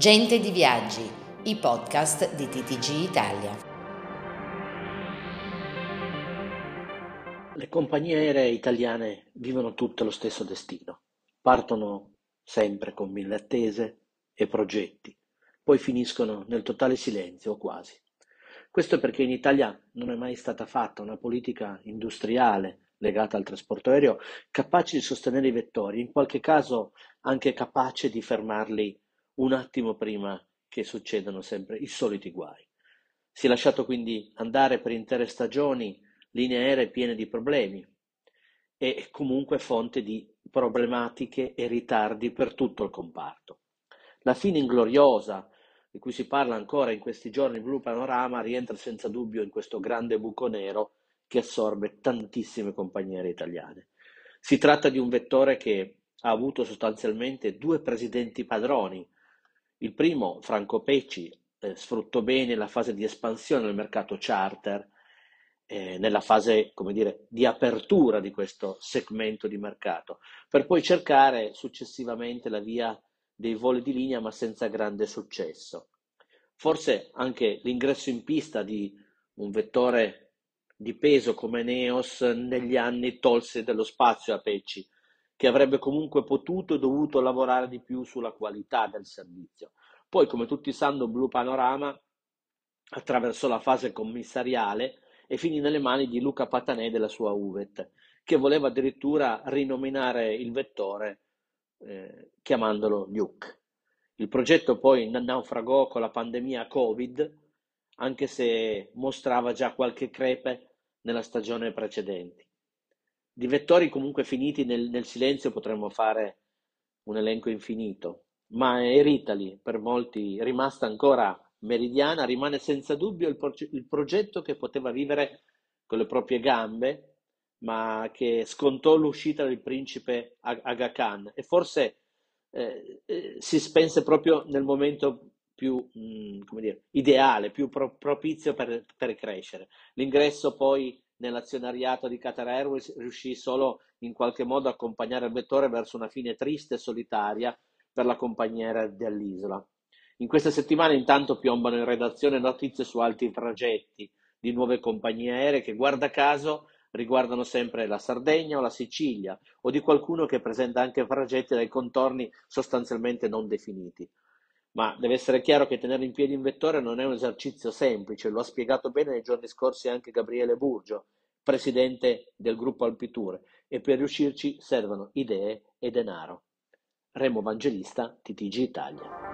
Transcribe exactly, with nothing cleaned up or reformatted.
Gente di Viaggi, i podcast di T T G Italia. Le compagnie aeree italiane vivono tutte lo stesso destino. Partono sempre con mille attese e progetti, poi finiscono nel totale silenzio o quasi. Questo perché in Italia non è mai stata fatta una politica industriale legata al trasporto aereo capace di sostenere i vettori, in qualche caso anche capace di fermarli un attimo prima che succedano sempre i soliti guai. Si è lasciato quindi andare per intere stagioni linee aeree piene di problemi e comunque fonte di problematiche e ritardi per tutto il comparto. La fine ingloriosa, di cui si parla ancora in questi giorni, Blue Panorama, rientra senza dubbio in questo grande buco nero che assorbe tantissime compagnie aeree italiane. Si tratta di un vettore che ha avuto sostanzialmente due presidenti padroni. Il primo, Franco Pecci, eh, sfruttò bene la fase di espansione del mercato charter, eh, nella fase, come dire, di apertura di questo segmento di mercato, per poi cercare successivamente la via dei voli di linea, ma senza grande successo. Forse anche l'ingresso in pista di un vettore di peso come Neos negli anni tolse dello spazio a Pecci, che avrebbe comunque potuto e dovuto lavorare di più sulla qualità del servizio. Poi, come tutti sanno, Blue Panorama attraversò la fase commissariale e finì nelle mani di Luca Patanè della sua Uvet, che voleva addirittura rinominare il vettore eh, chiamandolo Luke. Il progetto poi naufragò con la pandemia Covid, anche se mostrava già qualche crepe nella stagione precedente. Di vettori comunque finiti nel, nel silenzio potremmo fare un elenco infinito, ma Air Italy, per molti rimasta ancora meridiana, rimane senza dubbio il, proge- il progetto che poteva vivere con le proprie gambe, ma che scontò l'uscita del principe Aga Khan e forse eh, eh, si spense proprio nel momento più mh, come dire, ideale, più pro- propizio per, per crescere. L'ingresso poi nell'azionariato di Qatar Airways riuscì solo in qualche modo a accompagnare il vettore verso una fine triste e solitaria per la compagnia aerea dell'isola. In queste settimane intanto piombano in redazione notizie su altri tragetti di nuove compagnie aeree che, guarda caso, riguardano sempre la Sardegna o la Sicilia, o di qualcuno che presenta anche tragetti dai contorni sostanzialmente non definiti. Ma deve essere chiaro che tenere in piedi un vettore non è un esercizio semplice, lo ha spiegato bene nei giorni scorsi anche Gabriele Burgio, presidente del gruppo Alpitour, e per riuscirci servono idee e denaro. Remo Vangelista, T T G Italia.